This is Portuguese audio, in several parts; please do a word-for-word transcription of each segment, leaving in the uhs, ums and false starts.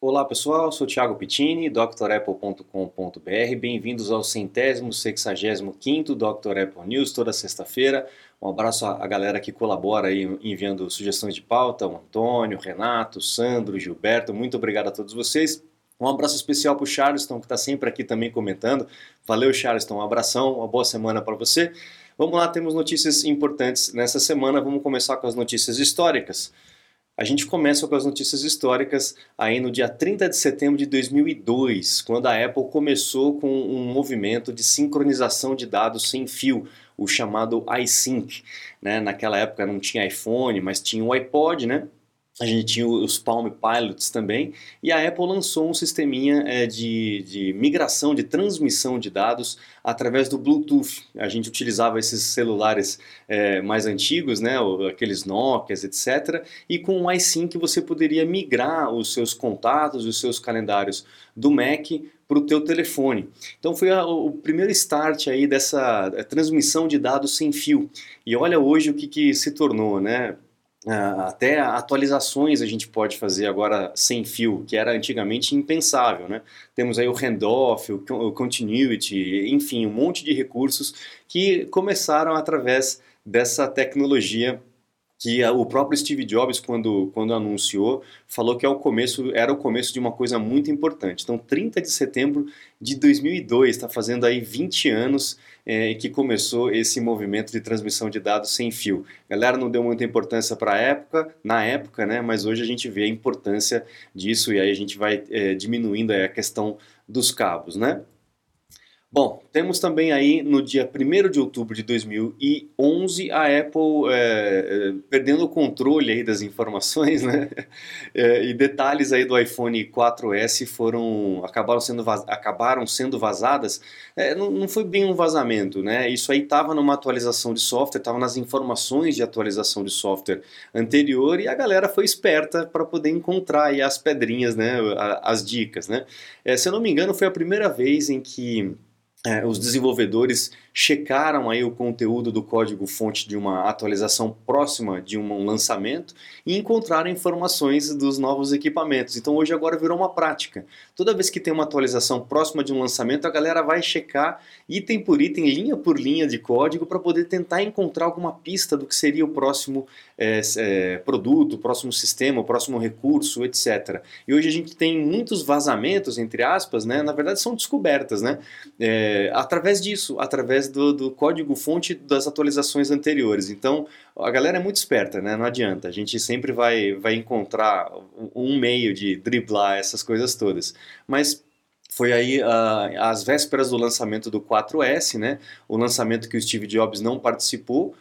Olá pessoal, sou Thiago Pittini, doutor apple ponto com ponto br. Bem-vindos ao centésimo, sexagésimo quinto doutor Apple News, toda sexta-feira. Um abraço à galera que colabora aí enviando sugestões de pauta, o Antônio, o Renato, o Sandro, o Gilberto, muito obrigado a todos vocês. Um abraço especial para o Charleston, que está sempre aqui também comentando. Valeu, Charleston, um abração, uma boa semana para você. Vamos lá, temos notícias importantes nessa semana. Vamos começar com as notícias históricas. A gente começa com as notícias históricas aí no dia trinta de setembro de dois mil e dois, quando a Apple começou com um movimento de sincronização de dados sem fio, o chamado iSync. Né? Naquela época não tinha iPhone, mas tinha o iPod, né? A gente tinha os Palm Pilots também, e a Apple lançou um sisteminha é, de, de migração, de transmissão de dados através do Bluetooth. A gente utilizava esses celulares é, mais antigos, né, aqueles Nokias, etcétera. E com o iSync você poderia migrar os seus contatos, os seus calendários do Mac para o teu telefone. Então foi a, o primeiro start aí dessa transmissão de dados sem fio. E olha hoje o que, que se tornou, né? Uh, até atualizações a gente pode fazer agora sem fio, que era antigamente impensável, né? Temos aí o handoff, o, o continuity, enfim, um monte de recursos que começaram através dessa tecnologia que o próprio Steve Jobs, quando, quando anunciou, falou que é o começo, era o começo de uma coisa muito importante. Então, trinta de setembro de dois mil e dois, está fazendo aí vinte anos é, que começou esse movimento de transmissão de dados sem fio. A galera não deu muita importância para a época, na época, né? Mas hoje a gente vê a importância disso e aí a gente vai é, diminuindo a questão dos cabos, né? Bom, temos também aí no dia primeiro de outubro de dois mil e onze a Apple é, perdendo o controle aí das informações, né? É, e detalhes aí do iPhone quatro S foram, acabaram sendo, vaz, acabaram sendo vazadas. É, não, não foi bem um vazamento, né? Isso aí estava numa atualização de software, estava nas informações de atualização de software anterior e a galera foi esperta para poder encontrar aí as pedrinhas, né? As dicas, né? É, se eu não me engano, foi a primeira vez em que É, os desenvolvedores checaram aí o conteúdo do código-fonte de uma atualização próxima de um lançamento e encontraram informações dos novos equipamentos. Então hoje agora virou uma prática. Toda vez que tem uma atualização próxima de um lançamento, a galera vai checar item por item, linha por linha de código para poder tentar encontrar alguma pista do que seria o próximo é, é, produto, o próximo sistema, o próximo recurso, etcétera. E hoje a gente tem muitos vazamentos, entre aspas, né? Na verdade são descobertas, né? É, através disso, através do, do código-fonte das atualizações anteriores. Então, a galera é muito esperta, né? Não adianta. A gente sempre vai, vai encontrar um meio de driblar essas coisas todas. Mas foi aí uh, às vésperas do lançamento do quatro S, né? O lançamento que o Steve Jobs não participou,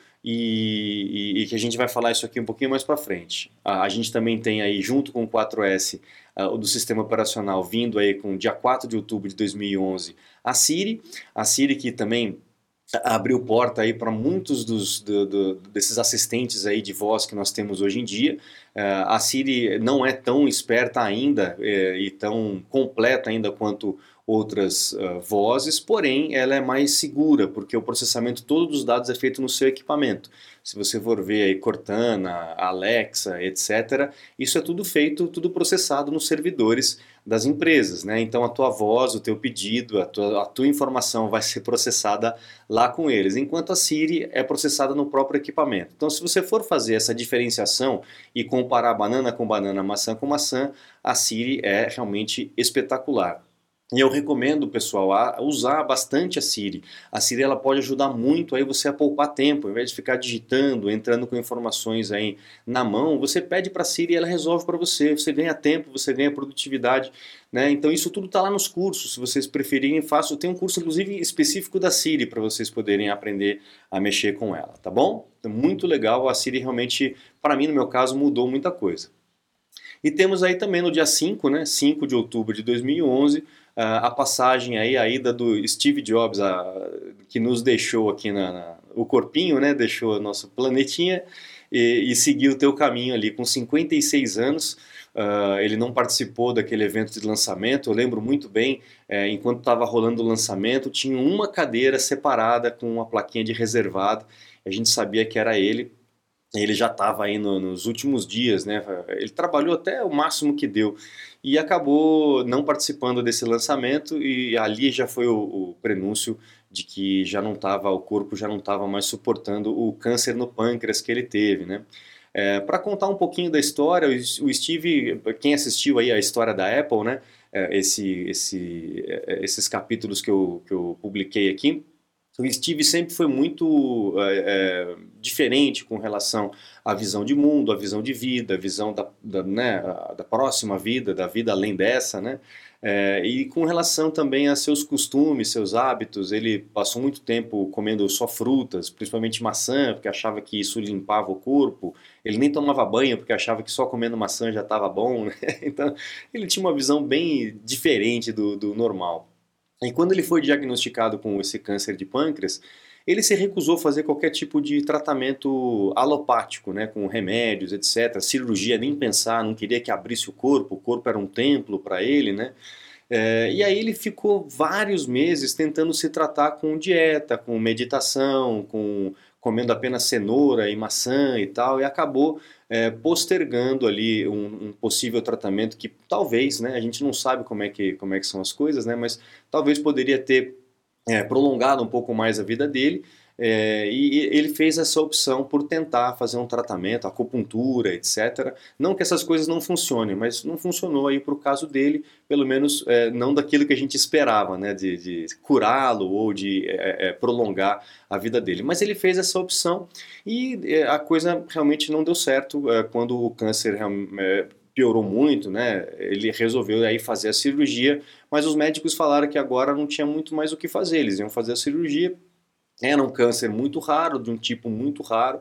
e, e, e que a gente vai falar isso aqui um pouquinho mais para frente. A, a gente também tem aí, junto com o quatro S, uh, o do sistema operacional, vindo aí com dia quatro de outubro de dois mil e onze, a Siri, a Siri que também abriu porta aí para muitos dos, do, do, desses assistentes aí de voz que nós temos hoje em dia. Uh, a Siri não é tão esperta ainda eh, e tão completa ainda quanto outras uh, vozes, porém ela é mais segura, porque o processamento todo dos dados é feito no seu equipamento. Se você for ver aí Cortana, Alexa, etcétera, isso é tudo feito, tudo processado nos servidores das empresas, né? Então a tua voz, o teu pedido, a tua, a tua informação vai ser processada lá com eles, enquanto a Siri é processada no próprio equipamento. Então se você for fazer essa diferenciação e comparar banana com banana, maçã com maçã, a Siri é realmente espetacular. E eu recomendo, pessoal, a usar bastante a Siri. A Siri ela pode ajudar muito aí você a poupar tempo. Ao invés de ficar digitando, entrando com informações aí na mão, você pede para a Siri e ela resolve para você. Você ganha tempo, você ganha produtividade, né? Então isso tudo está lá nos cursos. Se vocês preferirem, faço. Tem um curso, inclusive, específico da Siri para vocês poderem aprender a mexer com ela, tá bom? Então, muito legal. A Siri realmente, para mim, no meu caso, mudou muita coisa. E temos aí também no dia cinco, né, cinco de outubro de dois mil e onze, a passagem aí, a ida do Steve Jobs, a, que nos deixou aqui na, na, o corpinho, né, deixou nosso planetinha e, e seguiu o teu caminho ali com cinquenta e seis anos. Uh, ele não participou daquele evento de lançamento. Eu lembro muito bem, é, enquanto estava rolando o lançamento, tinha uma cadeira separada com uma plaquinha de reservado. A gente sabia que era ele. Ele já estava aí no, nos últimos dias, né? Ele trabalhou até o máximo que deu e acabou não participando desse lançamento e ali já foi o, o prenúncio de que já não estava, o corpo já não estava mais suportando o câncer no pâncreas que ele teve, né? É, para contar um pouquinho da história, o Steve, quem assistiu aí a história da Apple, né? É, esse, esse, é, esses capítulos que eu, que eu publiquei aqui, o Steve sempre foi muito é, é, diferente com relação à visão de mundo, à visão de vida, à visão da, da, né, da próxima vida, da vida além dessa, né? É, e com relação também a seus costumes, seus hábitos, ele passou muito tempo comendo só frutas, principalmente maçã, porque achava que isso limpava o corpo. Ele nem tomava banho porque achava que só comendo maçã já estava bom, né? Então ele tinha uma visão bem diferente do, do normal. E quando ele foi diagnosticado com esse câncer de pâncreas, ele se recusou a fazer qualquer tipo de tratamento alopático, né, com remédios, etcétera. Cirurgia, nem pensar, não queria que abrisse o corpo, o corpo era um templo para ele, né? É, e aí ele ficou vários meses tentando se tratar com dieta, com meditação, com comendo apenas cenoura e maçã e tal, e acabou é, postergando ali um, um possível tratamento que talvez, né, a gente não sabe como é que, como é que são as coisas, né, mas talvez poderia ter é, prolongado um pouco mais a vida dele. É, e ele fez essa opção por tentar fazer um tratamento, acupuntura, etcétera. Não que essas coisas não funcionem, mas não funcionou aí para o caso dele, pelo menos é, não daquilo que a gente esperava, né, de, de curá-lo ou de é, é, prolongar a vida dele. Mas ele fez essa opção e é, a coisa realmente não deu certo é, quando o câncer é, piorou muito, né? Ele resolveu aí fazer a cirurgia, mas os médicos falaram que agora não tinha muito mais o que fazer, eles iam fazer a cirurgia. Era um câncer muito raro, de um tipo muito raro,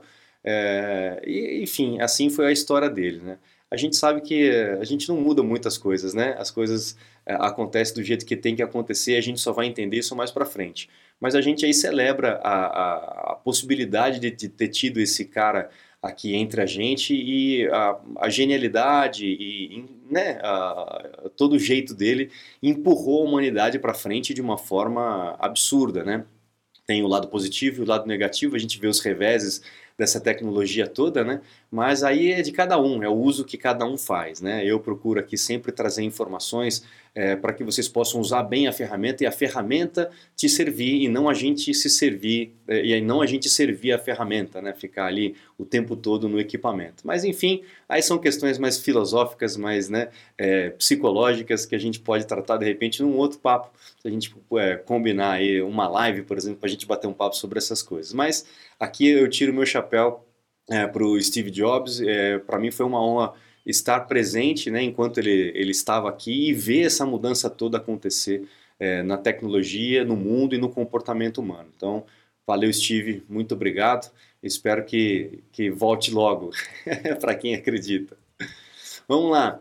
é, e, enfim, assim foi a história dele, né? A gente sabe que a gente não muda muitas coisas, né? As coisas é, acontecem do jeito que tem que acontecer, a gente só vai entender isso mais pra frente. Mas a gente aí celebra a, a, a possibilidade de, de ter tido esse cara aqui entre a gente e a, a genialidade e, né, a, a, todo o jeito dele empurrou a humanidade para frente de uma forma absurda, né? Tem o lado positivo e o lado negativo, a gente vê os reveses dessa tecnologia toda, né? Mas aí é de cada um, é o uso que cada um faz, né? Eu procuro aqui sempre trazer informações é, para que vocês possam usar bem a ferramenta e a ferramenta te servir e não a gente se servir, é, e aí não a gente servir a ferramenta, né? Ficar ali o tempo todo no equipamento. Mas enfim, aí são questões mais filosóficas, mais né, é, psicológicas que a gente pode tratar de repente num outro papo, se a gente é, combinar aí uma live, por exemplo, para a gente bater um papo sobre essas coisas. Mas aqui eu tiro meu chapéu é, para o Steve Jobs, é, para mim foi uma honra estar presente, né, enquanto ele, ele estava aqui e ver essa mudança toda acontecer é, na tecnologia, no mundo e no comportamento humano. Então, valeu Steve, muito obrigado, espero que, que volte logo, para quem acredita. Vamos lá.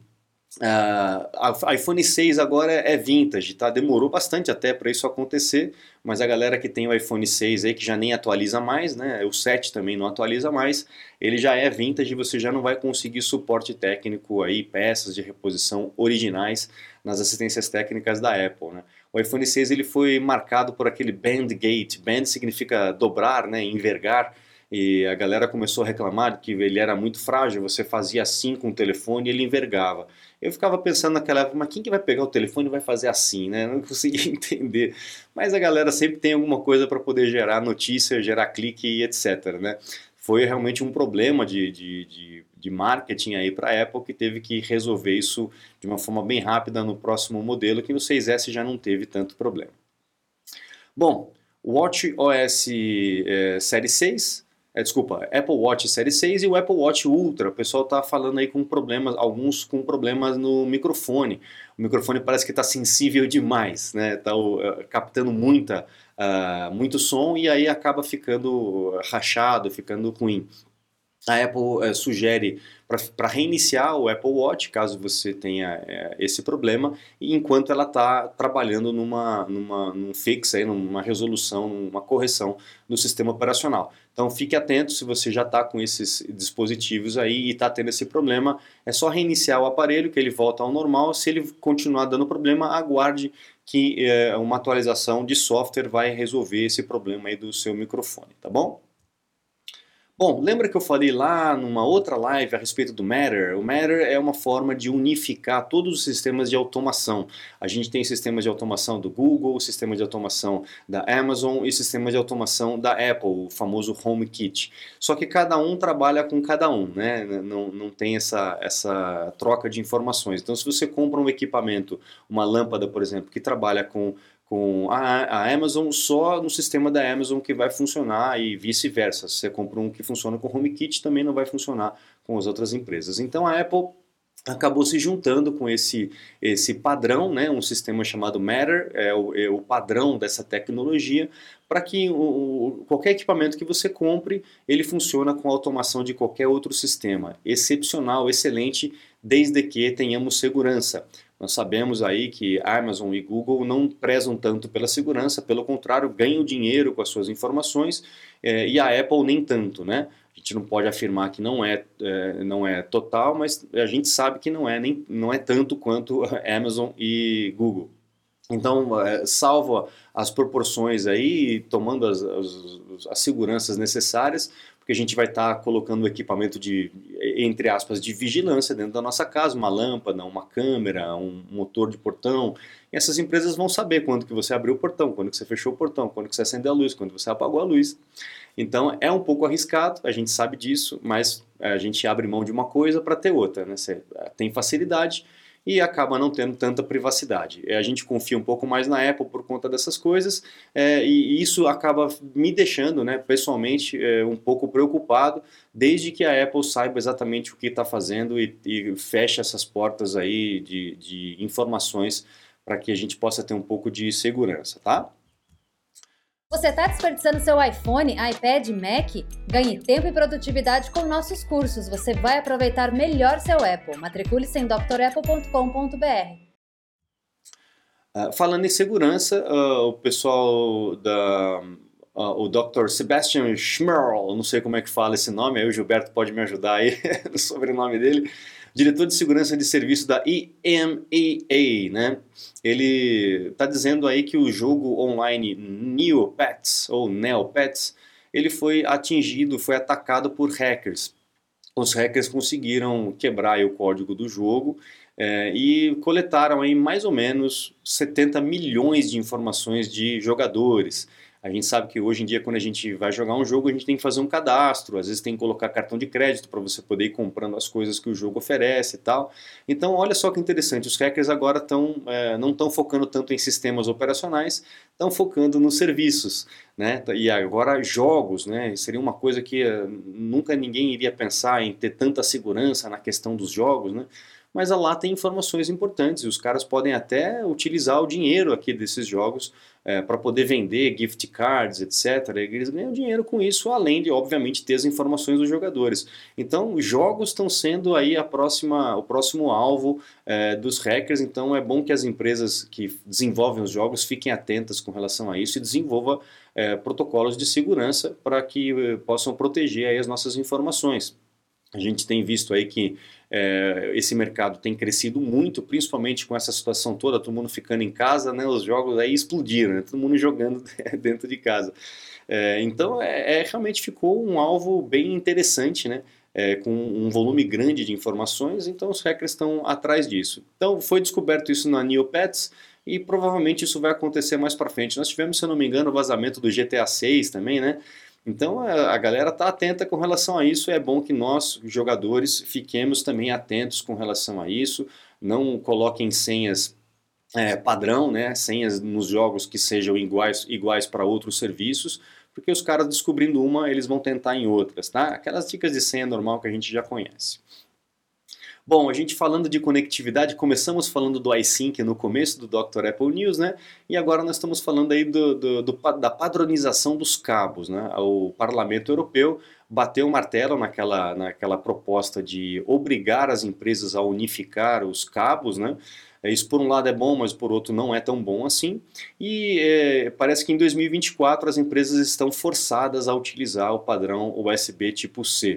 Uh, a iPhone seis agora é vintage, tá? Demorou bastante até para isso acontecer, mas a galera que tem o iPhone seis aí, que já nem atualiza mais, né? O sete também não atualiza mais, ele já é vintage e você já não vai conseguir suporte técnico aí, peças de reposição originais nas assistências técnicas da Apple, né? O iPhone seis ele foi marcado por aquele band gate, band significa dobrar, né? Envergar. E a galera começou a reclamar que ele era muito frágil, você fazia assim com o telefone e ele envergava. Eu ficava pensando naquela época, mas quem que vai pegar o telefone e vai fazer assim, né? Eu não conseguia entender. Mas a galera sempre tem alguma coisa para poder gerar notícia, gerar clique e etcétera, né? Foi realmente um problema de, de, de, de marketing aí para a Apple que teve que resolver isso de uma forma bem rápida no próximo modelo, que no seis S já não teve tanto problema. Bom, o WatchOS é, Série seis... É, desculpa, Apple Watch Série seis e o Apple Watch Ultra. O pessoal está falando aí com problemas, alguns com problemas no microfone. O microfone parece que está sensível demais, né? Está uh, captando muita, uh, muito som e aí acaba ficando rachado, ficando ruim. A Apple uh, sugere para reiniciar o Apple Watch, caso você tenha uh, esse problema, enquanto ela está trabalhando numa, numa, num fix, aí, numa resolução, numa correção do sistema operacional. Então fique atento se você já está com esses dispositivos aí e está tendo esse problema, é só reiniciar o aparelho que ele volta ao normal. Se ele continuar dando problema, aguarde que uh, uma atualização de software vai resolver esse problema aí do seu microfone, tá bom? Bom, lembra que eu falei lá numa outra live a respeito do Matter? O Matter é uma forma de unificar todos os sistemas de automação. A gente tem sistemas de automação do Google, sistema de automação da Amazon e sistema de automação da Apple, o famoso HomeKit. Só que cada um trabalha com cada um, né? Não, não tem essa, essa troca de informações. Então, se você compra um equipamento, uma lâmpada, por exemplo, que trabalha com com a, a Amazon, só no sistema da Amazon que vai funcionar e vice-versa. Se você compra um que funciona com HomeKit, também não vai funcionar com as outras empresas. Então a Apple acabou se juntando com esse, esse padrão, né, um sistema chamado Matter, é o, é o padrão dessa tecnologia, para que o, o, qualquer equipamento que você compre, ele funciona com a automação de qualquer outro sistema. Excepcional, excelente, desde que tenhamos segurança. Nós sabemos aí que Amazon e Google não prezam tanto pela segurança, pelo contrário, ganham dinheiro com as suas informações, é, e a Apple nem tanto, né? A gente não pode afirmar que não é, é, não é total, mas a gente sabe que não é, nem, não é tanto quanto Amazon e Google. Então, é, salvo as proporções aí, tomando as, as, as seguranças necessárias, porque a gente vai estar tá colocando o equipamento de, entre aspas, de vigilância dentro da nossa casa, uma lâmpada, uma câmera, um motor de portão. E essas empresas vão saber quando que você abriu o portão, quando que você fechou o portão, quando que você acendeu a luz, quando você apagou a luz. Então é um pouco arriscado, a gente sabe disso, mas a gente abre mão de uma coisa para ter outra, né? Você tem facilidade e acaba não tendo tanta privacidade. A gente confia um pouco mais na Apple por conta dessas coisas, é, e isso acaba me deixando, né, pessoalmente, é, um pouco preocupado, desde que a Apple saiba exatamente o que está fazendo e, e feche essas portas aí de, de informações para que a gente possa ter um pouco de segurança, tá? Você está desperdiçando seu iPhone, iPad, Mac? Ganhe tempo e produtividade com nossos cursos. Você vai aproveitar melhor seu Apple. Matricule-se em d r apple ponto com ponto b r. Uh, falando em segurança, uh, o pessoal da... Uh, o doutor Sebastian Schmerl, não sei como é que fala esse nome, aí o Gilberto pode me ajudar aí no sobrenome dele, diretor de segurança de serviço da E M E A, né? Ele está dizendo aí que o jogo online Neopets, ou Neopets, ele foi atingido, foi atacado por hackers. Os hackers conseguiram quebrar aí o código do jogo é, e coletaram aí mais ou menos setenta milhões de informações de jogadores. A gente sabe que hoje em dia, quando a gente vai jogar um jogo, a gente tem que fazer um cadastro, às vezes tem que colocar cartão de crédito para você poder ir comprando as coisas que o jogo oferece e tal. Então, olha só que interessante, os hackers agora tão, é, não estão focando tanto em sistemas operacionais, estão focando nos serviços, né? E agora jogos, né? Seria uma coisa que é, nunca ninguém iria pensar em ter tanta segurança na questão dos jogos, né? Mas lá tem informações importantes e os caras podem até utilizar o dinheiro aqui desses jogos é, para poder vender gift cards, etcétera. E eles ganham dinheiro com isso, além de, obviamente, ter as informações dos jogadores. Então, os jogos estão sendo aí a próxima, o próximo alvo é, dos hackers, então é bom que as empresas que desenvolvem os jogos fiquem atentas com relação a isso e desenvolvam é, protocolos de segurança para que é, possam proteger aí as nossas informações. A gente tem visto aí que é, esse mercado tem crescido muito, principalmente com essa situação toda, todo mundo ficando em casa, né, os jogos aí explodiram, né, todo mundo jogando dentro de casa. É, então é, é, realmente ficou um alvo bem interessante, né, é, com um volume grande de informações, então os hackers estão atrás disso. Então foi descoberto isso na Neopets e provavelmente isso vai acontecer mais para frente. Nós tivemos, se eu não me engano, o vazamento do G T A seis também, né? Então a galera está atenta com relação a isso, é bom que nós, jogadores, fiquemos também atentos com relação a isso, não coloquem senhas é, padrão, né, senhas nos jogos que sejam iguais, iguais para outros serviços, porque os caras descobrindo uma, eles vão tentar em outras, tá? Aquelas dicas de senha normal que a gente já conhece. Bom, a gente falando de conectividade, começamos falando do iSync no começo do doutor Apple News, né? E agora nós estamos falando aí do, do, do, da padronização dos cabos, né? O Parlamento Europeu bateu o martelo naquela, naquela proposta de obrigar as empresas a unificar os cabos, né? Isso por um lado é bom, mas por outro não é tão bom assim. E é, parece que em dois mil e vinte e quatro as empresas estão forçadas a utilizar o padrão U S B tipo C.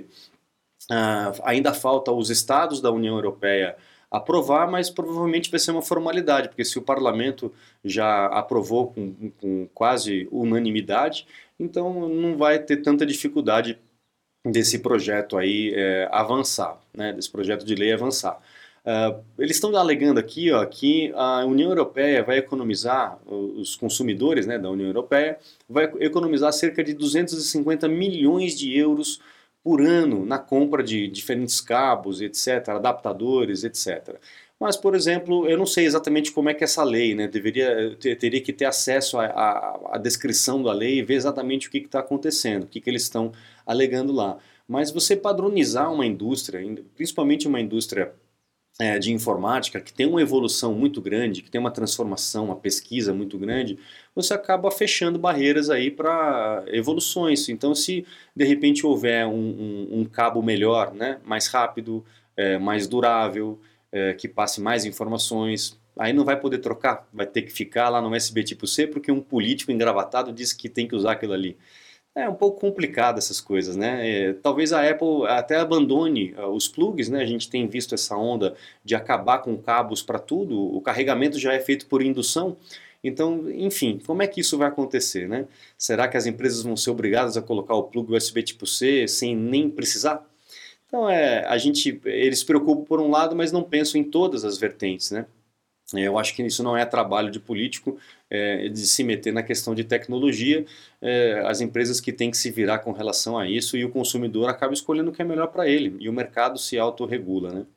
Uh, ainda falta os estados da União Europeia aprovar, mas provavelmente vai ser uma formalidade, porque se o parlamento já aprovou com, com quase unanimidade, então não vai ter tanta dificuldade desse projeto aí é, avançar, né, desse projeto de lei avançar. Uh, eles estão alegando aqui ó, que a União Europeia vai economizar, os consumidores, né, da União Europeia, vai economizar cerca de duzentos e cinquenta milhões de euros por ano na compra de diferentes cabos, etcétera, adaptadores, etcétera. Mas, por exemplo, eu não sei exatamente como é que essa lei, né, deveria, ter, teria que ter acesso à descrição da lei e ver exatamente o que está acontecendo, o que, que eles estão alegando lá. Mas você padronizar uma indústria, principalmente uma indústria É, de informática, que tem uma evolução muito grande, que tem uma transformação, uma pesquisa muito grande, você acaba fechando barreiras aí para evoluções. Então, se de repente houver um, um, um cabo melhor, né, mais rápido, é, mais durável, é, que passe mais informações, aí não vai poder trocar, vai ter que ficar lá no U S B tipo C, porque um político engravatado disse que tem que usar aquilo ali. É um pouco complicado essas coisas, né? É, talvez a Apple até abandone uh, os plugs, né? A gente tem visto essa onda de acabar com cabos para tudo, o carregamento já é feito por indução. Então, enfim, como é que isso vai acontecer, né? Será que as empresas vão ser obrigadas a colocar o plug U S B tipo C sem nem precisar? Então, é, a gente, eles se preocupam por um lado, mas não pensam em todas as vertentes, né? Eu acho que isso não é trabalho de político, é, de se meter na questão de tecnologia, é, as empresas que têm que se virar com relação a isso e o consumidor acaba escolhendo o que é melhor para ele e o mercado se autorregula, né?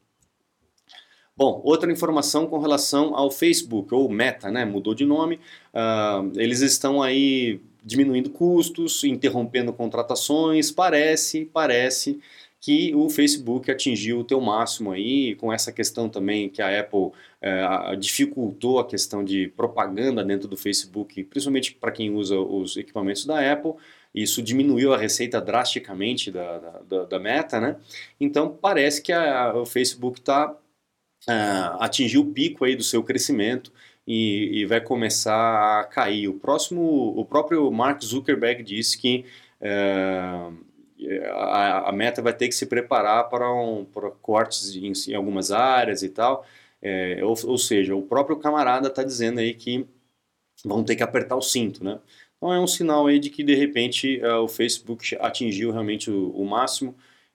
Bom, outra informação com relação ao Facebook, ou Meta, né? Mudou de nome, uh, eles estão aí diminuindo custos, interrompendo contratações, parece, parece que o Facebook atingiu o teu máximo aí, com essa questão também que a Apple é, dificultou a questão de propaganda dentro do Facebook, principalmente para quem usa os equipamentos da Apple, isso diminuiu a receita drasticamente da, da, da Meta, né? Então parece que a, o Facebook tá, uh, atingiu o pico aí do seu crescimento e, e vai começar a cair. O, próximo, o próprio Mark Zuckerberg disse que uh, A, a Meta vai ter que se preparar para, um, para cortes em, em algumas áreas e tal, é, ou, ou seja, o próprio camarada está dizendo aí que vão ter que apertar o cinto, né? Então é um sinal aí de que de repente uh, o Facebook atingiu realmente o, o máximo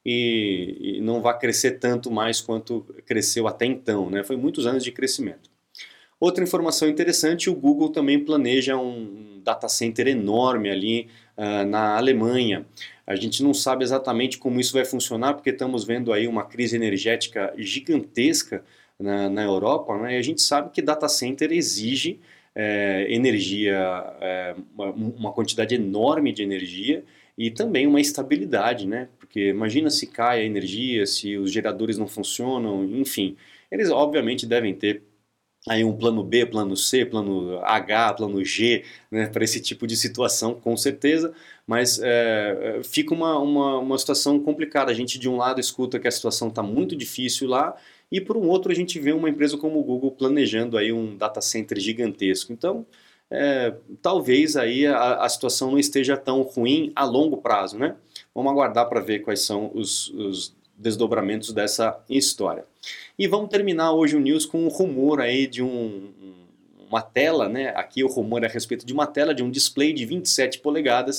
e, e não vai crescer tanto mais quanto cresceu até então, né? Foi muitos anos de crescimento. Outra informação interessante, o Google também planeja um data center enorme ali uh, na Alemanha. A gente não sabe exatamente como isso vai funcionar, porque estamos vendo aí uma crise energética gigantesca na, na Europa, né? E a gente sabe que data center exige é, energia, é, uma, uma quantidade enorme de energia e também uma estabilidade, né? Porque imagina se cai a energia, se os geradores não funcionam, enfim. Eles obviamente devem ter aí um plano B, plano C, plano H, plano G, né, para esse tipo de situação, com certeza, mas é, fica uma, uma, uma situação complicada. A gente, de um lado, escuta que a situação está muito difícil lá, e por um outro a gente vê uma empresa como o Google planejando aí um data center gigantesco. Então, é, talvez aí a, a situação não esteja tão ruim a longo prazo, né? Vamos aguardar para ver quais são os, os desdobramentos dessa história. E vamos terminar hoje o news com um rumor aí de um, uma tela, né? Aqui o rumor é a respeito de uma tela, de um display de vinte e sete polegadas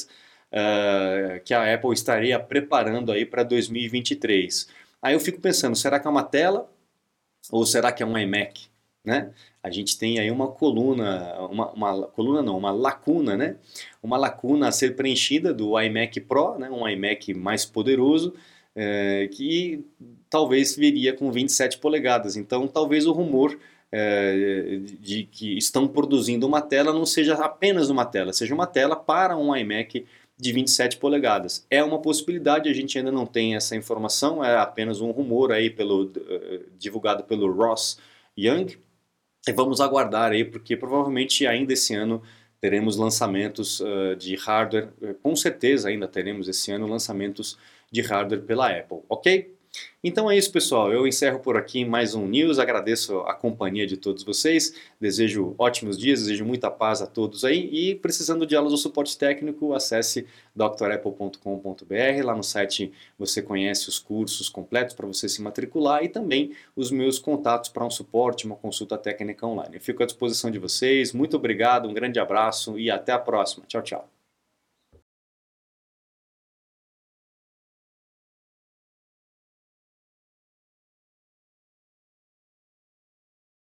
uh, que a Apple estaria preparando aí para dois mil e vinte e três. Aí eu fico pensando, será que é uma tela ou será que é um iMac, né? A gente tem aí uma coluna, uma, uma coluna não, uma lacuna, né? Uma lacuna a ser preenchida do iMac Pro, né? Um iMac mais poderoso, É, que talvez viria com vinte e sete polegadas. Então talvez o rumor é, de que estão produzindo uma tela não seja apenas uma tela, seja uma tela para um iMac de vinte e sete polegadas. É uma possibilidade, a gente ainda não tem essa informação, é apenas um rumor aí pelo, uh, divulgado pelo Ross Young. E vamos aguardar aí, porque provavelmente ainda esse ano teremos lançamentos uh, de hardware, com certeza ainda teremos esse ano lançamentos de hardware pela Apple, ok? Então é isso, pessoal, eu encerro por aqui mais um News, agradeço a companhia de todos vocês, desejo ótimos dias, desejo muita paz a todos aí e precisando de aulas ou suporte técnico, acesse d r apple ponto com ponto b r, lá no site você conhece os cursos completos para você se matricular e também os meus contatos para um suporte, uma consulta técnica online. Eu fico à disposição de vocês, muito obrigado, um grande abraço e até a próxima, tchau, tchau.